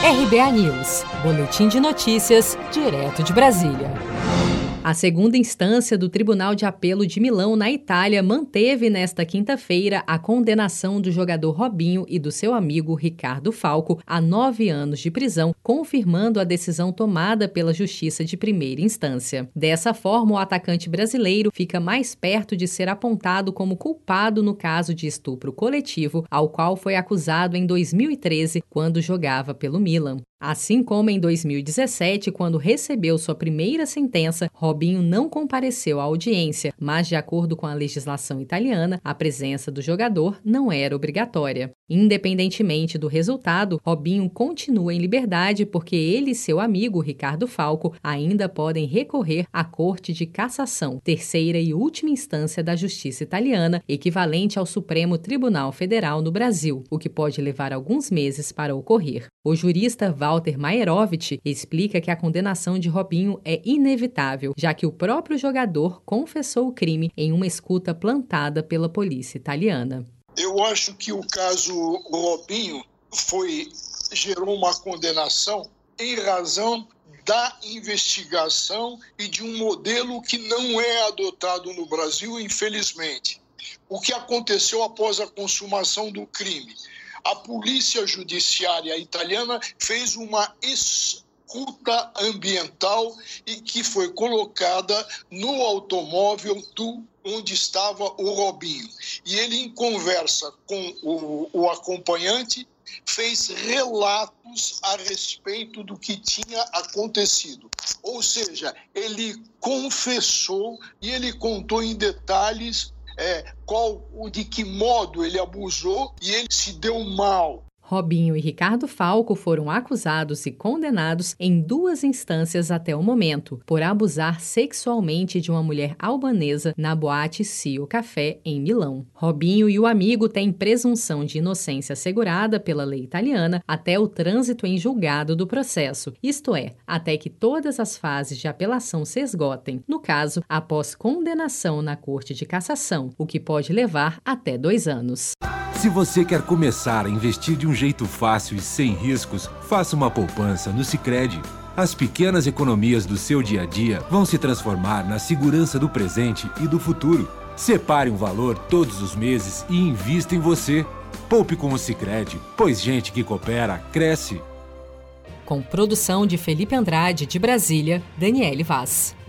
RBA News, boletim de notícias, direto de Brasília. A segunda instância do Tribunal de Apelo de Milão, na Itália, manteve nesta quinta-feira a condenação do jogador Robinho e do seu amigo Ricardo Falco a 9 anos de prisão, confirmando a decisão tomada pela Justiça de primeira instância. Dessa forma, o atacante brasileiro fica mais perto de ser apontado como culpado no caso de estupro coletivo, ao qual foi acusado em 2013, quando jogava pelo Milan. Assim como em 2017, quando recebeu sua primeira sentença, Robinho não compareceu à audiência, mas, de acordo com a legislação italiana, a presença do jogador não era obrigatória. Independentemente do resultado, Robinho continua em liberdade porque ele e seu amigo Ricardo Falco ainda podem recorrer à Corte de Cassação, terceira e última instância da Justiça italiana, equivalente ao Supremo Tribunal Federal no Brasil, o que pode levar alguns meses para ocorrer. O jurista Walter Maierovitch explica que a condenação de Robinho é inevitável, já que o próprio jogador confessou o crime em uma escuta plantada pela polícia italiana. Eu acho que o caso Robinho gerou uma condenação em razão da investigação e de um modelo que não é adotado no Brasil, infelizmente. O que aconteceu após a consumação do crime? A polícia judiciária italiana fez uma escuta ambiental e que foi colocada no automóvel onde estava o Robinho. E ele, em conversa com o acompanhante, fez relatos a respeito do que tinha acontecido. Ou seja, ele confessou e ele contou em detalhes de que modo ele abusou e ele se deu mal. Robinho e Ricardo Falco foram acusados e condenados em 2 instâncias até o momento, por abusar sexualmente de uma mulher albanesa na boate Cio Café, em Milão. Robinho e o amigo têm presunção de inocência assegurada pela lei italiana até o trânsito em julgado do processo, isto é, até que todas as fases de apelação se esgotem, no caso, após condenação na Corte de Cassação, o que pode levar até 2 anos. Se você quer começar a investir de um jeito fácil e sem riscos, faça uma poupança no Sicredi. As pequenas economias do seu dia a dia vão se transformar na segurança do presente e do futuro. Separe um valor todos os meses e invista em você. Poupe com o Sicredi, pois gente que coopera, cresce. Com produção de Felipe Andrade, de Brasília, Daniele Vaz.